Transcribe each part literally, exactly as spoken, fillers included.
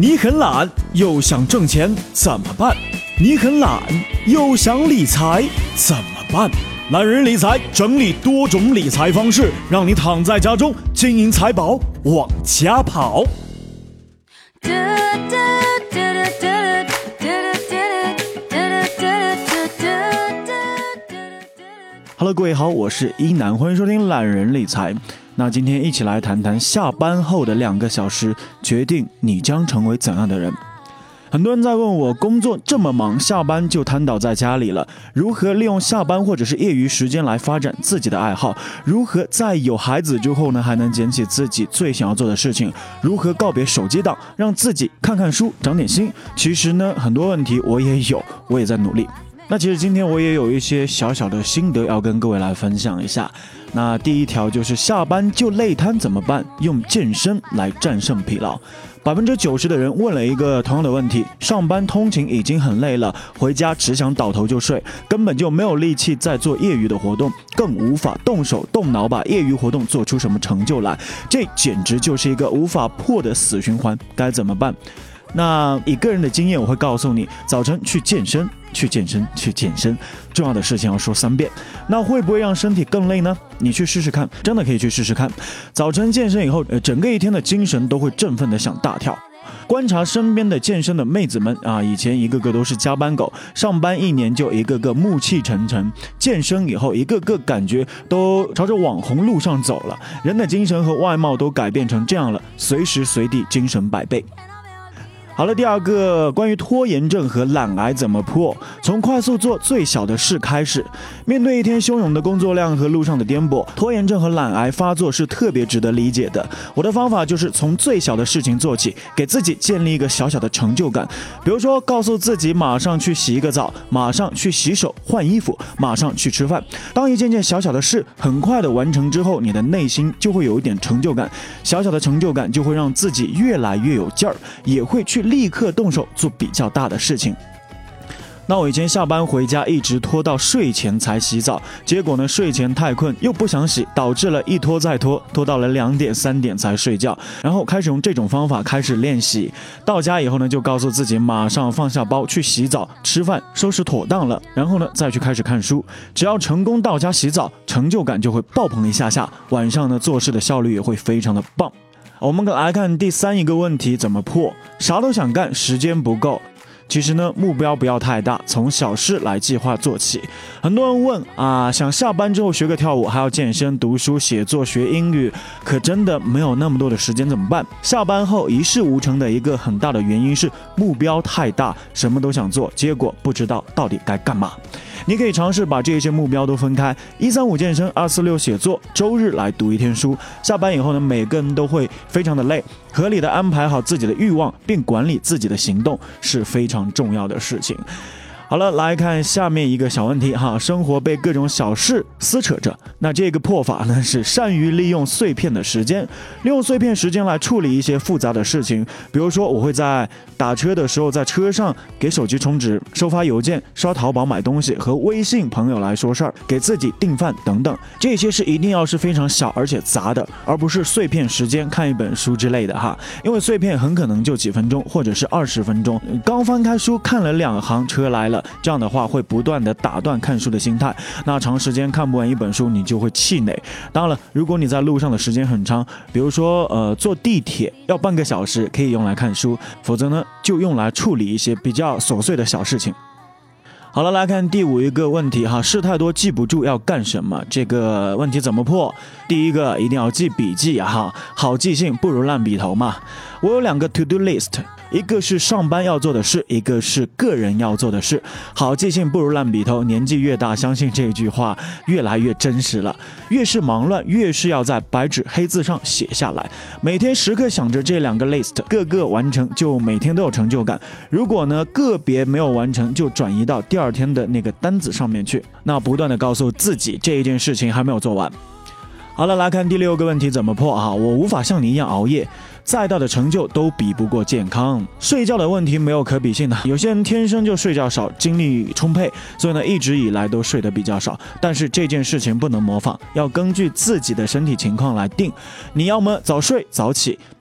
你很懒又想挣钱怎么办？你很懒又想理财怎么办？懒人理财整理多种理财方式，让你躺在家中金银财宝往家跑。Hello， 各位好，我是一楠，欢迎收听懒人理财。那今天一起来谈谈下班后的两个小时，决定你将成为怎样的人。很多人在问我，工作这么忙，下班就瘫倒在家里了，如何利用下班或者是业余时间来发展自己的爱好？如何在有孩子之后呢，还能捡起自己最想要做的事情？如何告别手机党，让自己看看书，长点心？其实呢，很多问题我也有，我也在努力。那其实今天我也有一些小小的心得要跟各位来分享一下。那第一条就是下班就累瘫怎么办？用健身来战胜疲劳。百分之九十的人问了一个同样的问题：上班通勤已经很累了，回家只想倒头就睡，根本就没有力气再做业余的活动，更无法动手动脑把业余活动做出什么成就来，这简直就是一个无法破的死循环，该怎么办？那以个人的经验，我会告诉你，早晨去健身，去健身，去健身，重要的事情要说三遍。那会不会让身体更累呢？你去试试看，真的可以去试试看。早晨健身以后，呃，整个一天的精神都会振奋的想大跳。观察身边的健身的妹子们啊，以前一个个都是加班狗，上班一年就一个个暮气沉沉，健身以后一个个感觉都朝着网红路上走了，人的精神和外貌都改变成这样了，随时随地精神百倍。好了，第二个关于拖延症和懒癌怎么破，从快速做最小的事开始。面对一天汹涌的工作量和路上的颠簸，拖延症和懒癌发作是特别值得理解的。我的方法就是从最小的事情做起，给自己建立一个小小的成就感。比如说告诉自己马上去洗一个澡，马上去洗手换衣服，马上去吃饭。当一件件小小的事很快的完成之后，你的内心就会有一点成就感，小小的成就感就会让自己越来越有劲儿，也会去立刻动手做比较大的事情。那我以前下班回家一直拖到睡前才洗澡，结果呢睡前太困又不想洗，导致了一拖再拖，拖到了两点三点才睡觉。然后开始用这种方法开始练习，到家以后呢就告诉自己马上放下包去洗澡吃饭，收拾妥当了，然后呢再去开始看书。只要成功到家洗澡，成就感就会爆棚一下下，晚上呢做事的效率也会非常的棒。我们来看第三一个问题怎么破，啥都想干，时间不够。其实呢，目标不要太大，从小事来计划做起。很多人问啊，想下班之后学个跳舞，还要健身、读书、写作、学英语，可真的没有那么多的时间怎么办？下班后一事无成的一个很大的原因是目标太大，什么都想做，结果不知道到底该干嘛。你可以尝试把这些目标都分开，一三五健身，二四六写作，周日来读一天书。下班以后呢，每个人都会非常的累，合理的安排好自己的欲望，并管理自己的行动是非常重要的事情。好了，来看下面一个小问题哈，生活被各种小事撕扯着，那这个破法呢是善于利用碎片的时间，利用碎片时间来处理一些复杂的事情。比如说我会在打车的时候在车上给手机充值，收发邮件，刷淘宝买东西，和微信朋友来说事儿，给自己订饭等等，这些是一定要是非常小而且杂的，而不是碎片时间看一本书之类的哈，因为碎片很可能就几分钟或者是二十分钟，刚翻开书看了两行，车来了，这样的话会不断的打断看书的心态，那长时间看不完一本书你就会气馁。当然了，如果你在路上的时间很长，比如说呃坐地铁要半个小时，可以用来看书，否则呢就用来处理一些比较琐碎的小事情。好了，来看第五一个问题哈，事太多记不住要干什么，这个问题怎么破？第一个一定要记笔记哈，好记性不如烂笔头嘛。我有两个 to do list， 一个是上班要做的事，一个是个人要做的事。好记性不如烂笔头，年纪越大，相信这句话越来越真实了。越是忙乱，越是要在白纸黑字上写下来，每天时刻想着这两个 list， 各个完成就每天都有成就感。如果呢个别没有完成，就转移到第二天的那个单子上面去，那不断的告诉自己这一件事情还没有做完。好了，来看第六个问题怎么破啊？我无法像你一样熬夜，再大的成就都比不过健康。睡觉的问题没有可比性的，有些人天生就睡觉少，精力充沛，所以呢一直以来都睡得比较少。但是这件事情不能模仿，要根据自己的身体情况来定。你要么早睡早起，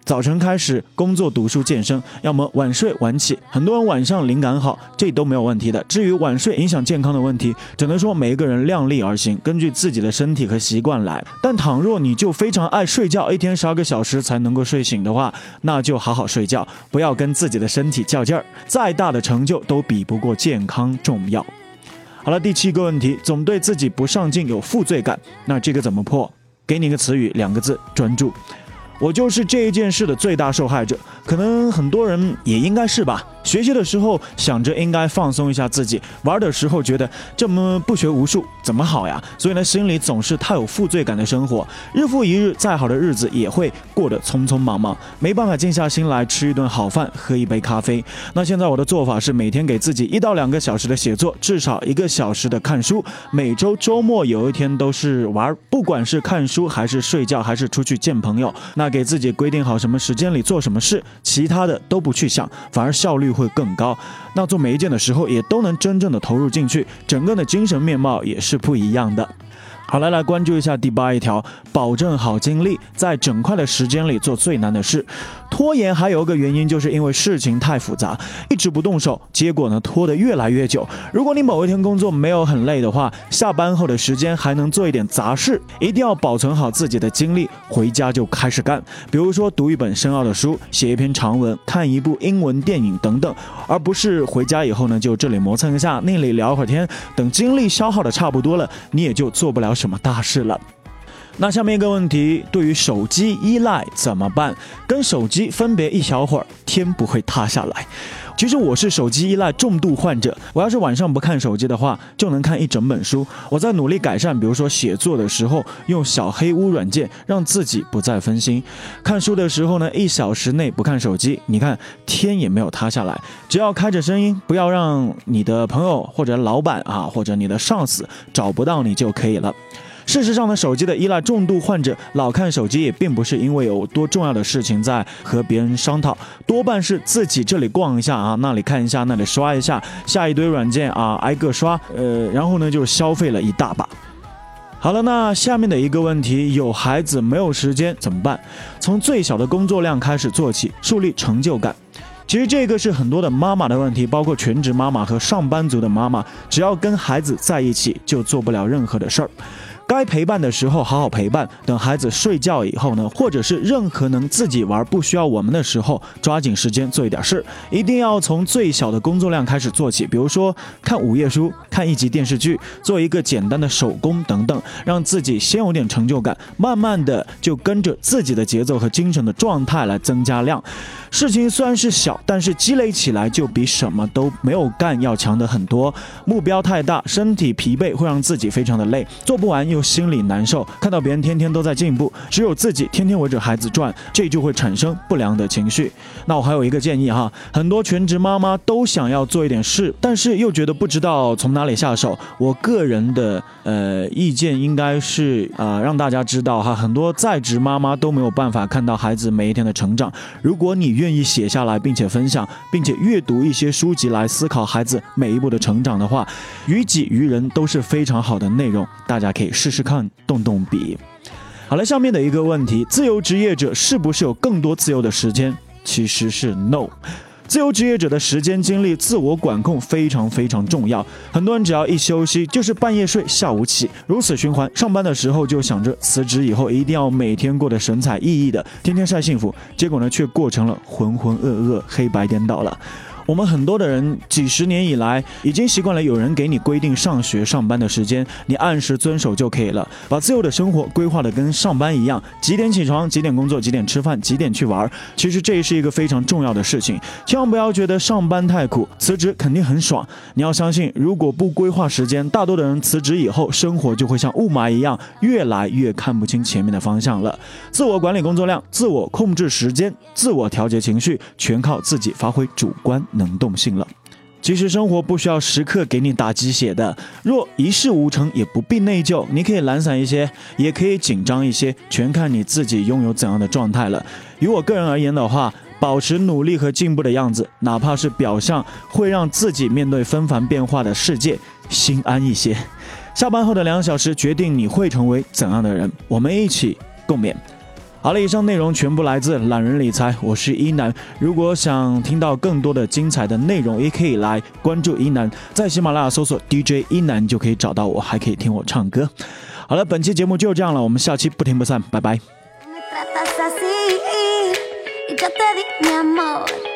早晨开始工作、读书、健身，要么晚睡晚起。很多人晚上灵感好，这都没有问题的。至于晚睡影响健康的问题，只能说每一个人量力而行，根据自己的身体和习惯来。但倘若你就非常爱睡觉，一天十二个小时才能够睡醒的话，那就好好睡觉，不要跟自己的身体较劲儿。再大的成就都比不过健康重要。好了，第七个问题，总对自己不上进有负罪感，那这个怎么破？给你一个词语，两个字，专注。我就是这一件事的最大受害者，可能很多人也应该是吧。学习的时候想着应该放松一下自己，玩的时候觉得这么不学无术怎么好呀？所以呢，心里总是太有负罪感的生活，日复一日，再好的日子也会过得匆匆忙忙，没办法静下心来吃一顿好饭，喝一杯咖啡。那现在我的做法是每天给自己一到两个小时的写作，至少一个小时的看书，每周周末有一天都是玩，不管是看书还是睡觉还是出去见朋友，那给自己规定好什么时间里做什么事，其他的都不去想，反而效率会更高。那做每一件的时候也都能真正的投入进去，整个的精神面貌也是不一样的。好，来来关注一下第八一条，保证好精力，在整块的时间里做最难的事。拖延还有一个原因，就是因为事情太复杂，一直不动手，结果呢拖得越来越久。如果你某一天工作没有很累的话，下班后的时间还能做一点杂事，一定要保存好自己的精力，回家就开始干。比如说读一本深奥的书，写一篇长文，看一部英文电影等等，而不是回家以后呢就这里磨蹭一下，那里聊会儿天，等精力消耗的差不多了，你也就做不了什么大事了。那下面一个问题，对于手机依赖怎么办？跟手机分别一小会儿，天不会塌下来。其实我是手机依赖重度患者，我要是晚上不看手机的话，就能看一整本书。我在努力改善，比如说写作的时候用小黑屋软件，让自己不再分心。看书的时候呢，一小时内不看手机，你看天也没有塌下来。只要开着声音，不要让你的朋友或者老板啊，或者你的上司找不到你就可以了。事实上呢，手机的依赖重度患者老看手机也并不是因为有多重要的事情在和别人商讨，多半是自己这里逛一下啊，那里看一下，那里刷一下，下一堆软件啊，挨个刷，呃，然后呢就消费了一大把。好了，那下面的一个问题，有孩子没有时间怎么办？从最小的工作量开始做起，树立成就感。其实这个是很多的妈妈的问题，包括全职妈妈和上班族的妈妈，只要跟孩子在一起，就做不了任何的事儿。该陪伴的时候好好陪伴，等孩子睡觉以后呢，或者是任何能自己玩不需要我们的时候，抓紧时间做一点事。一定要从最小的工作量开始做起，比如说看五页书，看一集电视剧，做一个简单的手工等等，让自己先有点成就感，慢慢的就跟着自己的节奏和精神的状态来增加量。事情虽然是小，但是积累起来就比什么都没有干要强得很多。目标太大，身体疲惫会让自己非常的累，做不完又心里难受，看到别人天天都在进步，只有自己天天围着孩子转，这就会产生不良的情绪。那我还有一个建议哈，很多全职妈妈都想要做一点事，但是又觉得不知道从哪里下手。我个人的呃意见应该是呃让大家知道哈，很多在职妈妈都没有办法看到孩子每一天的成长。如果你愿意写下来并且分享，并且阅读一些书籍来思考孩子每一步的成长的话，于己于人都是非常好的内容，大家可以试试看，动动笔。好了，下面的一个问题，自由职业者是不是有更多自由的时间？其实是 no。自由职业者的时间精力自我管控非常非常重要，很多人只要一休息就是半夜睡下午起，如此循环。上班的时候就想着辞职以后一定要每天过得神采奕奕的，天天晒幸福，结果呢却过成了浑浑噩噩，黑白颠倒了。我们很多的人几十年以来已经习惯了有人给你规定上学上班的时间，你按时遵守就可以了，把自由的生活规划的跟上班一样，几点起床，几点工作，几点吃饭，几点去玩。其实这是一个非常重要的事情，千万不要觉得上班太苦，辞职肯定很爽。你要相信，如果不规划时间，大多的人辞职以后生活就会像雾霾一样，越来越看不清前面的方向了。自我管理工作量，自我控制时间，自我调节情绪，全靠自己发挥主观能动性了。其实生活不需要时刻给你打鸡血的，若一事无成也不必内疚，你可以懒散一些，也可以紧张一些，全看你自己拥有怎样的状态了。于我个人而言的话，保持努力和进步的样子，哪怕是表象，会让自己面对纷繁变化的世界心安一些。下班后的两小时决定你会成为怎样的人，我们一起共勉。 好了，以上内容全部来自懒人理财，我是一南。如果想听到更多的精彩的内容，也可以来关注一南，在喜马拉雅搜索 D J 一南就可以找到我，还可以听我唱歌。好了，本期节目就这样了，我们下期不听不散，拜拜。